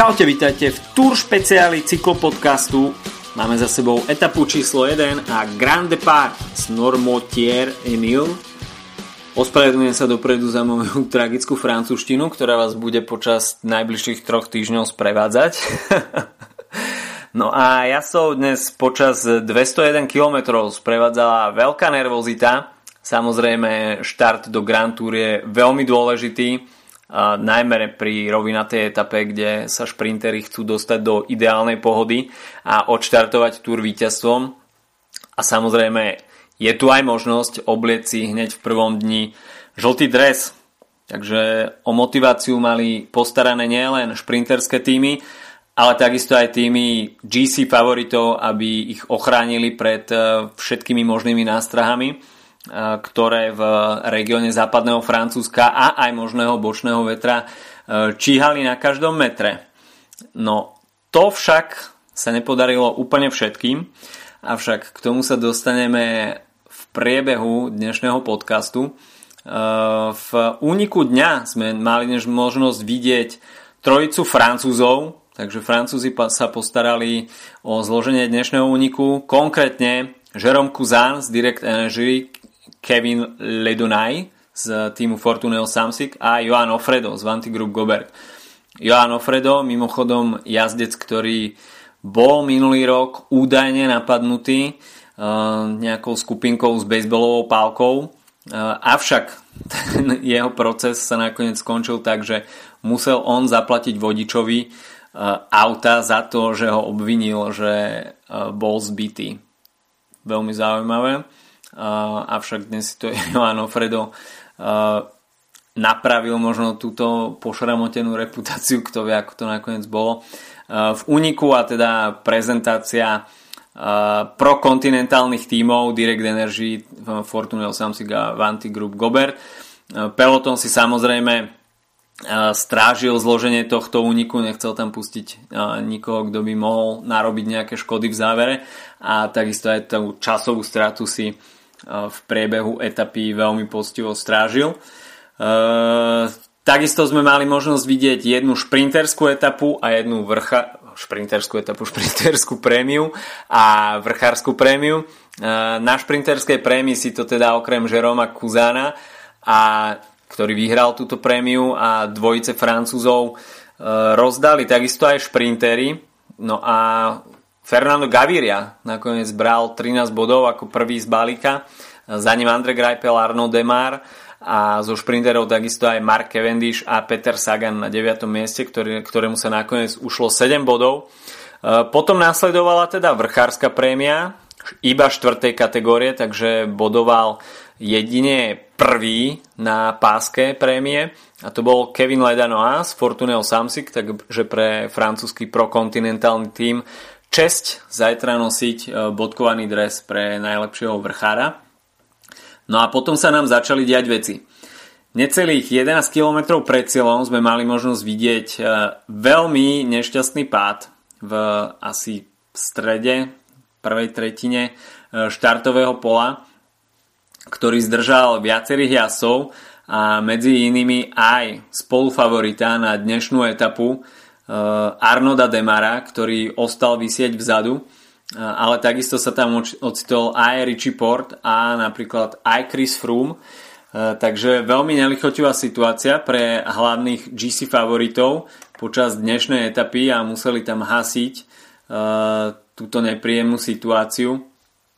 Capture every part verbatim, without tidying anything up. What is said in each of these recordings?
Čaute, vítajte v Tour špeciáli cyklopodcastu. Máme za sebou etapu číslo jeden a Grand Depart z Noirmoutier-Emile. Ospravedlňujem sa dopredu za moju tragickú francúzštinu, ktorá vás bude počas najbližších troch týždňov sprevádzať. No a ja som dnes počas dvestojeden kilometrov sprevádzala veľká nervozita. Samozrejme, štart do Grand Tour je veľmi dôležitý, a najmä pri rovinatej etape, kde sa šprinteri chcú dostať do ideálnej pohody a odštartovať Tour víťazstvom. A samozrejme je tu aj možnosť oblieť si hneď v prvom dni žltý dres. Takže o motiváciu mali postarané nielen šprinterské týmy, ale takisto aj týmy gé cé favoritov, aby ich ochránili pred všetkými možnými nástrahami, ktoré v regióne západného Francúzska a aj možného bočného vetra číhali na každom metre. No to však sa nepodarilo úplne všetkým, avšak k tomu sa dostaneme v priebehu dnešného podcastu. V úniku dňa sme mali dnes možnosť vidieť trojicu Francúzov, takže Francúzi sa postarali o zloženie dnešného úniku, konkrétne Jérôme Cousin z Direct Energy, Kevin Ledonaj z týmu Fortuneo Samsic a Johan Offredo z Vantigroup Gobert. Johan Offredo, mimochodom jazdec, ktorý bol minulý rok údajne napadnutý uh, nejakou skupinkou s bejsbolovou pálkou, uh, avšak ten jeho proces sa nakoniec skončil tak, že musel on zaplatiť vodičovi uh, auta za to, že ho obvinil, že uh, bol zbitý. Veľmi zaujímavé. Uh, avšak dnes si to Johan Offredo uh, napravil možno túto pošramotenú reputáciu, kto vie, ako to nakoniec bolo. Uh, v úniku a teda prezentácia uh, prokontinentálnych tímov Direct Energy, Fortuneo Samsic a Vantigroup Gobert. Uh, peloton si samozrejme uh, strážil zloženie tohto úniku, nechcel tam pustiť uh, nikoho, kto by mohol narobiť nejaké škody v závere, a takisto aj tú časovú stratu si v priebehu etapy veľmi poctivo strážil. E, takisto sme mali možnosť vidieť jednu šprinterskú etapu a jednu vrcha, šprinterskú etapu, šprinterskú prémiu a vrchárskú prémiu. E, na šprinterskej prémii si to teda okrem Jérôma Cousina, a ktorý vyhral túto prémiu, a dvojice Francúzov e, rozdali takisto aj šprintery. No a Fernando Gaviria nakoniec bral trinásť bodov ako prvý z balíka, za ním André Greipel, Arnaud Démare a zo šprinterov takisto aj Mark Cavendish a Peter Sagan na deviatom mieste, ktorý, ktorému sa nakoniec ušlo sedem bodov. Potom nasledovala teda vrchárska prémia, iba štvrtej kategórie, takže bodoval jedine prvý na páske prémie, a to bol Kevin Ledanois z Fortuneo Samsic, takže pre francúzsky prokontinentálny tím česť zajtra nosiť bodkovaný dres pre najlepšieho vrchára. No a potom sa nám začali diať veci. Necelých jedenásť kilometrov pred cieľom sme mali možnosť vidieť veľmi nešťastný pád v asi strede, prvej tretine štartového pola, ktorý zdržal viacerých jazdcov a medzi inými aj spolufavorita na dnešnú etapu Arnauda Démara, ktorý ostal visieť vzadu, ale takisto sa tam ocitol aj Richie Porte a napríklad aj Chris Froome, takže veľmi nelichotivá situácia pre hlavných gé cé favoritov počas dnešnej etapy a museli tam hasiť túto nepríjemnú situáciu.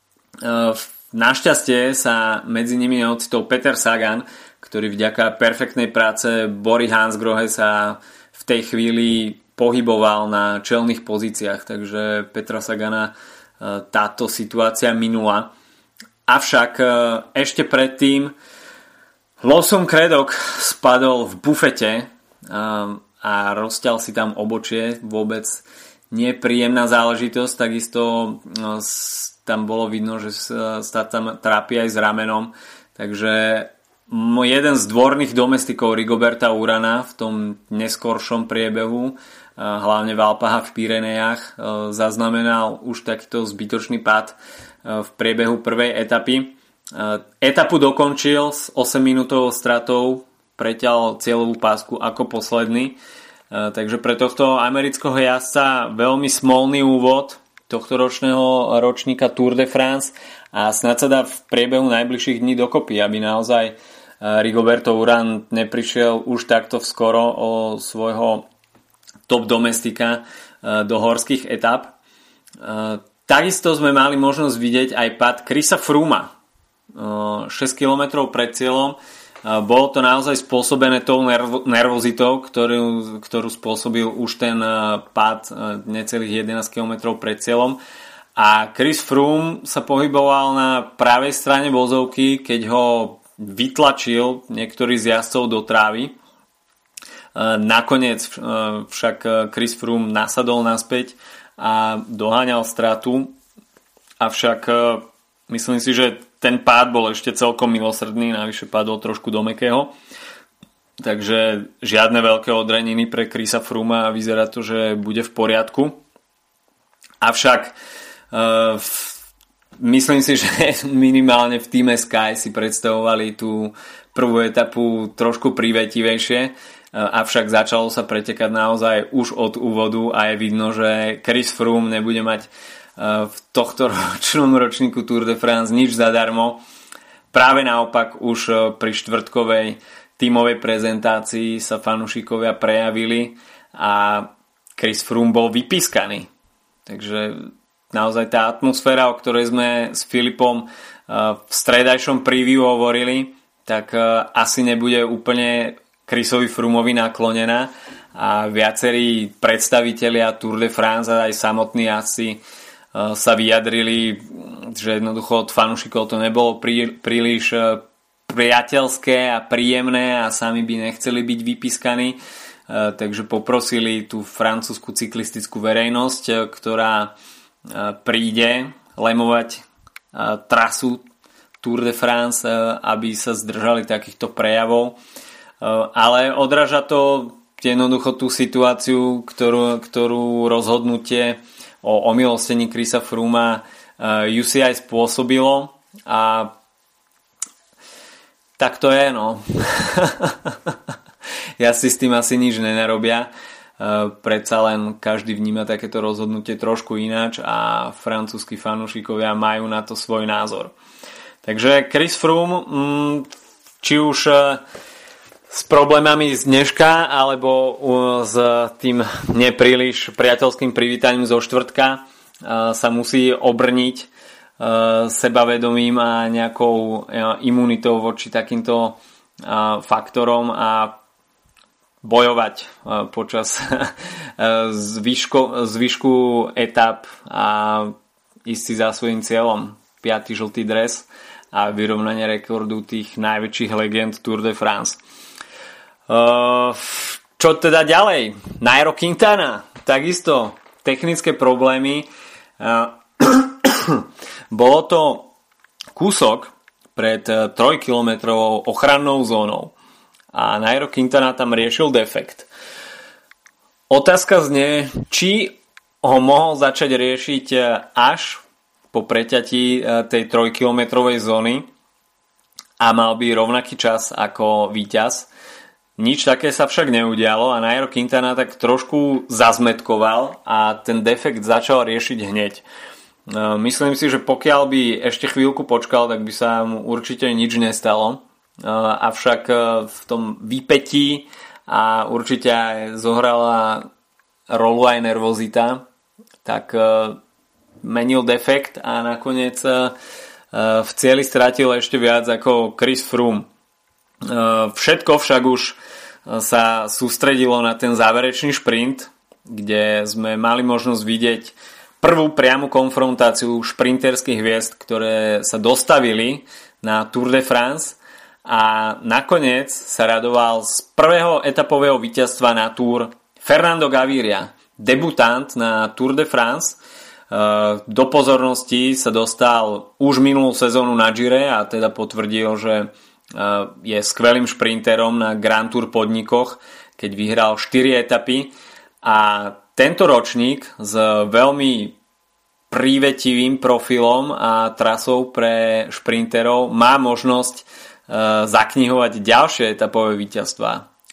Našťastie sa medzi nimi neocitol Peter Sagan, ktorý vďaka perfektnej práce Bory Hansgrohe sa v tej chvíli pohyboval na čelných pozíciách, takže Petra Sagana táto situácia minula. Avšak ešte predtým Lawson Craddock spadol v bufete a rozťal si tam obočie, vôbec nepríjemná záležitosť, takisto tam bolo vidno, že sa tam trápi aj s ramenom, takže jeden z dvorných domestikov Rigoberta Urana v tom neskoršom priebehu, hlavne v Alpách a v Pyrenejach, zaznamenal už takýto zbytočný pád v priebehu prvej etapy. Etapu dokončil s osemminútovou stratou, preťal cieľovú pásku ako posledný Takže pre tohto amerického jazdca veľmi smolný úvod tohto ročného ročníka Tour de France a snad sa dá v priebehu najbližších dní dokopy, aby naozaj Rigoberto Urán neprišiel už takto skoro o svojho top domestika do horských etap. Takisto sme mali možnosť vidieť aj pad Chrisa Frooma šesť kilometrov pred cieľom. Bolo to naozaj spôsobené tou nervozitou, ktorú, ktorú spôsobil už ten pad necelých jedenásť kilometrov pred cieľom. A Chris Froome sa pohyboval na pravej strane vozovky, keď ho vytlačil niektorý z jazdcov do trávy. Nakoniec však Chris Froome nasadol naspäť a doháňal stratu. Avšak myslím si, že ten pád bol ešte celkom milosrdný, navyše padol trošku do mäkkého. Takže žiadne veľké odreniny pre Chrisa Frooma a vyzerá to, že bude v poriadku. Avšak v myslím si, že minimálne v týme Sky si predstavovali tú prvú etapu trošku prívetivejšie, avšak začalo sa pretekať naozaj už od úvodu a je vidno, že Chris Froome nebude mať v tohto ročnom ročníku Tour de France nič zadarmo. Práve naopak už pri štvrtkovej tímovej prezentácii sa fanúšikovia prejavili a Chris Froome bol vypískaný. Takže naozaj tá atmosféra, o ktorej sme s Filipom v stredajšom preview hovorili, tak asi nebude úplne Chrisovi Froomovi naklonená a viacerí predstavitelia Tour de France a aj samotní asi sa vyjadrili, že jednoducho od fanúšikov to nebolo prí, príliš priateľské a príjemné a sami by nechceli byť vypískaní, takže poprosili tú francúzsku cyklistickú verejnosť, ktorá príde lemovať trasu Tour de France, aby sa zdržali takýchto prejavov. Ale odráža to jednoducho tú situáciu, ktorú, ktorú rozhodnutie o omilostení Chrisa Frooma U C I spôsobilo a tak to je, no. Ja si s tým asi nič nenarobia. Predsa len každý vníma takéto rozhodnutie trošku ináč a francúzski fanúšikovia majú na to svoj názor. Takže Chris Froome, či už s problémami z dneška alebo s tým nepríliš priateľským privítaním zo štvrtka, sa musí obrniť sebavedomím a nejakou imunitou voči takýmto faktorom a bojovať počas zvyšku, zvyšku etap a ísť si za svojím cieľom. Piaty žltý dres a vyrovnanie rekordu tých najväčších legend Tour de France. Čo teda ďalej? Nairo Quintana, takisto technické problémy. Bolo to kúsok pred trojkilometrovou ochrannou zónou a Nairo Quintana tam riešil defekt. Otázka znie, či ho mohol začať riešiť až po preťatí tej trojkilometrovej zóny a mal by rovnaký čas ako víťaz. Nič také sa však neudialo a Nairo Quintana tak trošku zazmätkoval a ten defekt začal riešiť hneď. Myslím si, že pokiaľ by ešte chvíľku počkal, tak by sa mu určite nič nestalo. Avšak v tom výpätí a určite aj zohrala rolu aj nervozita, tak menil defekt a nakoniec v cieli stratil ešte viac ako Chris Froome. Všetko však už sa sústredilo na ten záverečný šprint, kde sme mali možnosť vidieť prvú priamu konfrontáciu šprinterských hviezd, ktoré sa dostavili na Tour de France a nakoniec sa radoval z prvého etapového víťazstva na Tour Fernando Gaviria, debutant na Tour de France. Do pozornosti sa dostal už minulú sezónu na Gire a teda potvrdil, že je skvelým šprinterom na Grand Tour podnikoch, keď vyhral štyri etapy a tento ročník s veľmi prívetivým profilom a trasou pre šprinterov má možnosť zaknihovať ďalšie etapové víťazstvá.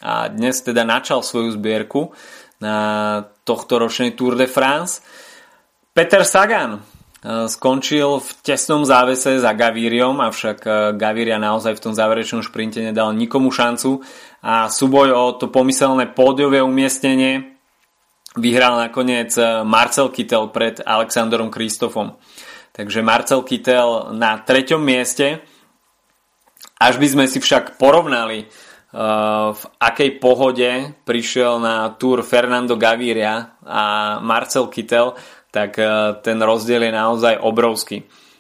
a dnes teda načal svoju zbierku na tohto ročnej Tour de France. Peter Sagan skončil v tesnom závese za Gaviriom, avšak Gaviria naozaj v tom záverečnom šprinte nedal nikomu šancu a súboj o to pomyselné pódiové umiestnenie vyhral nakoniec Marcel Kittel pred Alexandrom Kristoffom. Takže Marcel Kittel na treťom mieste. Až by sme si však porovnali, v akej pohode prišiel na Tour Fernando Gaviria a Marcel Kittel, tak ten rozdiel je naozaj obrovský.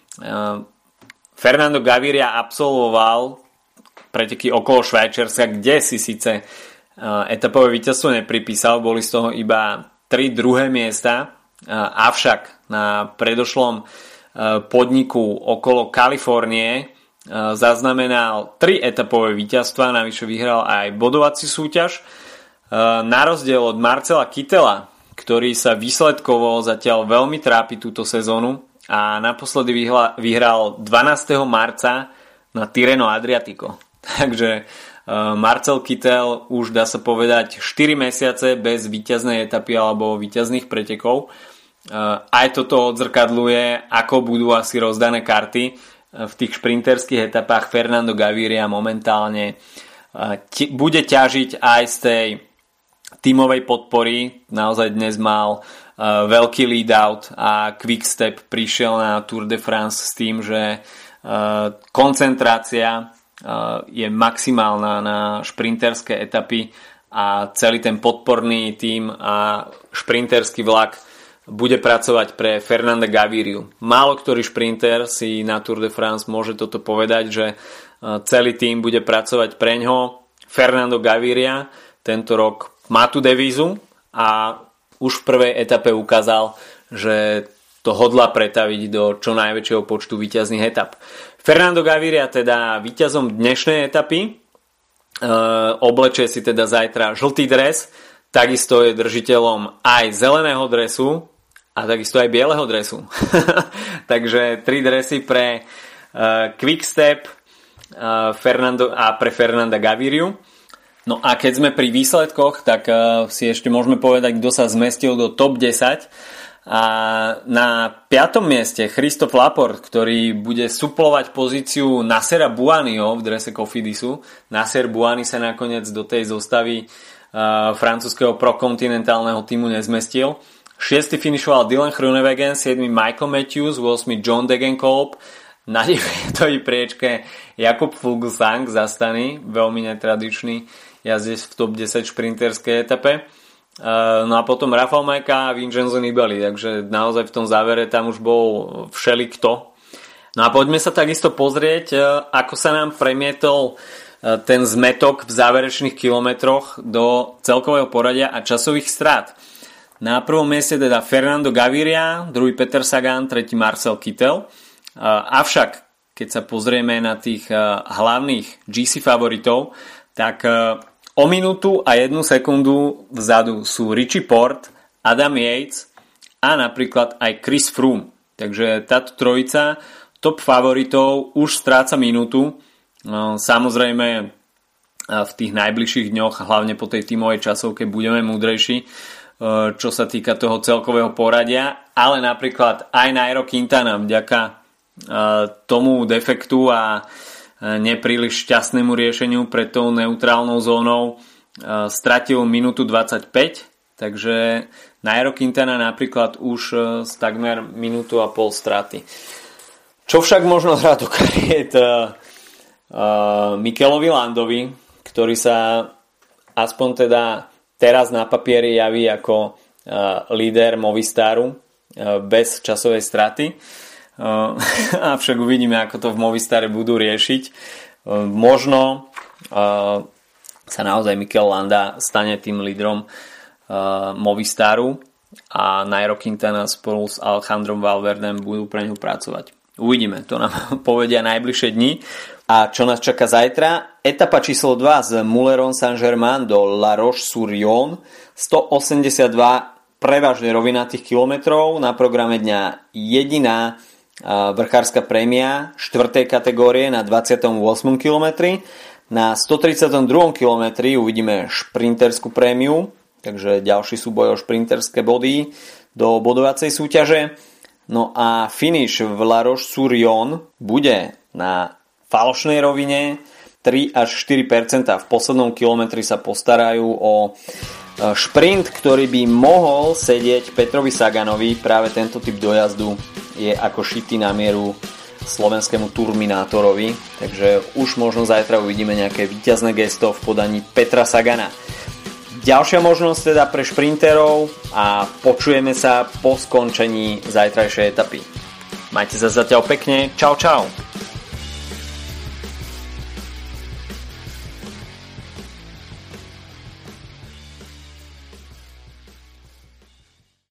Fernando Gaviria absolvoval preteky okolo Švajčiarska, kde si síce etapové víťazstvo nepripísal, boli z toho iba tri druhé miesta, avšak na predošlom podniku okolo Kalifornie zaznamenal tri etapové víťazstva, navyše vyhral aj bodovací súťaž. Na rozdiel od Marcela Kittela, ktorý sa výsledkovo zatiaľ veľmi trápi túto sezónu a naposledy vyhral dvanásteho marca na Tirreno Adriatico. Takže Marcel Kittel už dá sa povedať štyri mesiace bez víťaznej etapy alebo víťazných pretekov. Aj toto odzrkadluje, ako budú asi rozdané karty v tých šprinterských etapách. Fernando Gaviria momentálne bude ťažiť aj z tej tímovej podpory. Naozaj dnes mal uh, veľký lead out a Quickstep prišiel na Tour de France s tým, že uh, koncentrácia uh, je maximálna na šprinterské etapy a celý ten podporný tím a šprinterský vlak bude pracovať pre Fernanda Gaviriu. Málo ktorý šprinter si na Tour de France môže toto povedať, že uh, celý tím bude pracovať preňho. Fernando Gaviria tento rok má tú devízu a už v prvej etape ukázal, že to hodlá pretaviť do čo najväčšieho počtu víťazných etap. Fernando Gaviria teda víťazom dnešnej etapy, e, oblečie si teda zajtra žltý dres, takisto je držiteľom aj zeleného dresu a takisto aj bieleho dresu. Takže tri dresy pre e, Quickstep e, Fernando, a pre Fernanda Gaviriu. No a keď sme pri výsledkoch, tak uh, si ešte môžeme povedať, kto sa zmestil do top desať. A na piatom mieste Christophe Laporte, ktorý bude suplovať pozíciu Nassera Bouhanniho v drese Cofidisu. Nasser Bouhanni sa nakoniec do tej zostavy uh, francúzskeho prokontinentálneho týmu nezmestil. Šiesty finišoval Dylan Groenewegen, siedmy Michael Matthews, ôsmy John Degenkolb, na deviatej priečke Jakub Fuglsang z Astany, veľmi netradičný jazdec v top desať šprinterskej etape. No a potom Rafał Majka a Vincenzo Nibali, takže naozaj v tom závere tam už bol všelikto. No a poďme sa takisto pozrieť, ako sa nám premietol ten zmetok v záverečných kilometroch do celkového poradia a časových strát. Na prvom mieste teda Fernando Gaviria, druhý Peter Sagan, tretí Marcel Kittel. Avšak, keď sa pozrieme na tých hlavných gé cé favoritov, tak o minútu a jednu sekundu vzadu sú Richie Porte, Adam Yates a napríklad aj Chris Froome. Takže táto trojica top favoritov už stráca minútu. Samozrejme v tých najbližších dňoch, hlavne po tej tímovej časovke, budeme múdrejší, čo sa týka toho celkového poradia, ale napríklad aj Nairo Quintana vďaka tomu defektu a nepríliš šťastnému riešeniu pred tou neutrálnou zónou stratil minútu dvadsaťpäť, takže Nairo Quintana napríklad už z takmer minútu a pol straty. Čo však možno hrá do kariet uh, Mikelovi Landovi, ktorý sa aspoň teda teraz na papieri javí ako uh, líder Movistaru uh, bez časovej straty. Uh, avšak uvidíme, ako to v Movistare budú riešiť. Uh, možno uh, sa naozaj Mikel Landa stane tým lídrom uh, Movistaru a Nairo Quintana spolu s Alejandrom Valverdem budú pre ňu pracovať. Uvidíme, to nám povedia najbližšie dni. A čo nás čaká zajtra? Etapa číslo dva z Mouleron Saint-Germain do La Roche-sur-Yon, stoosemdesiatdva prevažne rovinatých kilometrov. Na programe dňa jediná vrchárska prémia štvrtej kategórie na dvadsiatom ôsmom kilometri. Na stotridsiatom druhom kilometri uvidíme šprinterskú prémiu, takže ďalší súboj o šprinterské body do bodovacej súťaže. No a finish v La Roche-sur-Yon bude na falošnej rovine. tri až štyri percentá v poslednom kilometri sa postarajú o šprint, ktorý by mohol sedieť Petrovi Saganovi. Práve tento typ dojazdu je ako šitý na mieru slovenskému Turminátorovi, takže už možno zajtra uvidíme nejaké víťazné gesto v podaní Petra Sagana. Ďalšia možnosť teda pre šprinterov a počujeme sa po skončení zajtrajšej etapy. Majte sa zatiaľ pekne, čau čau.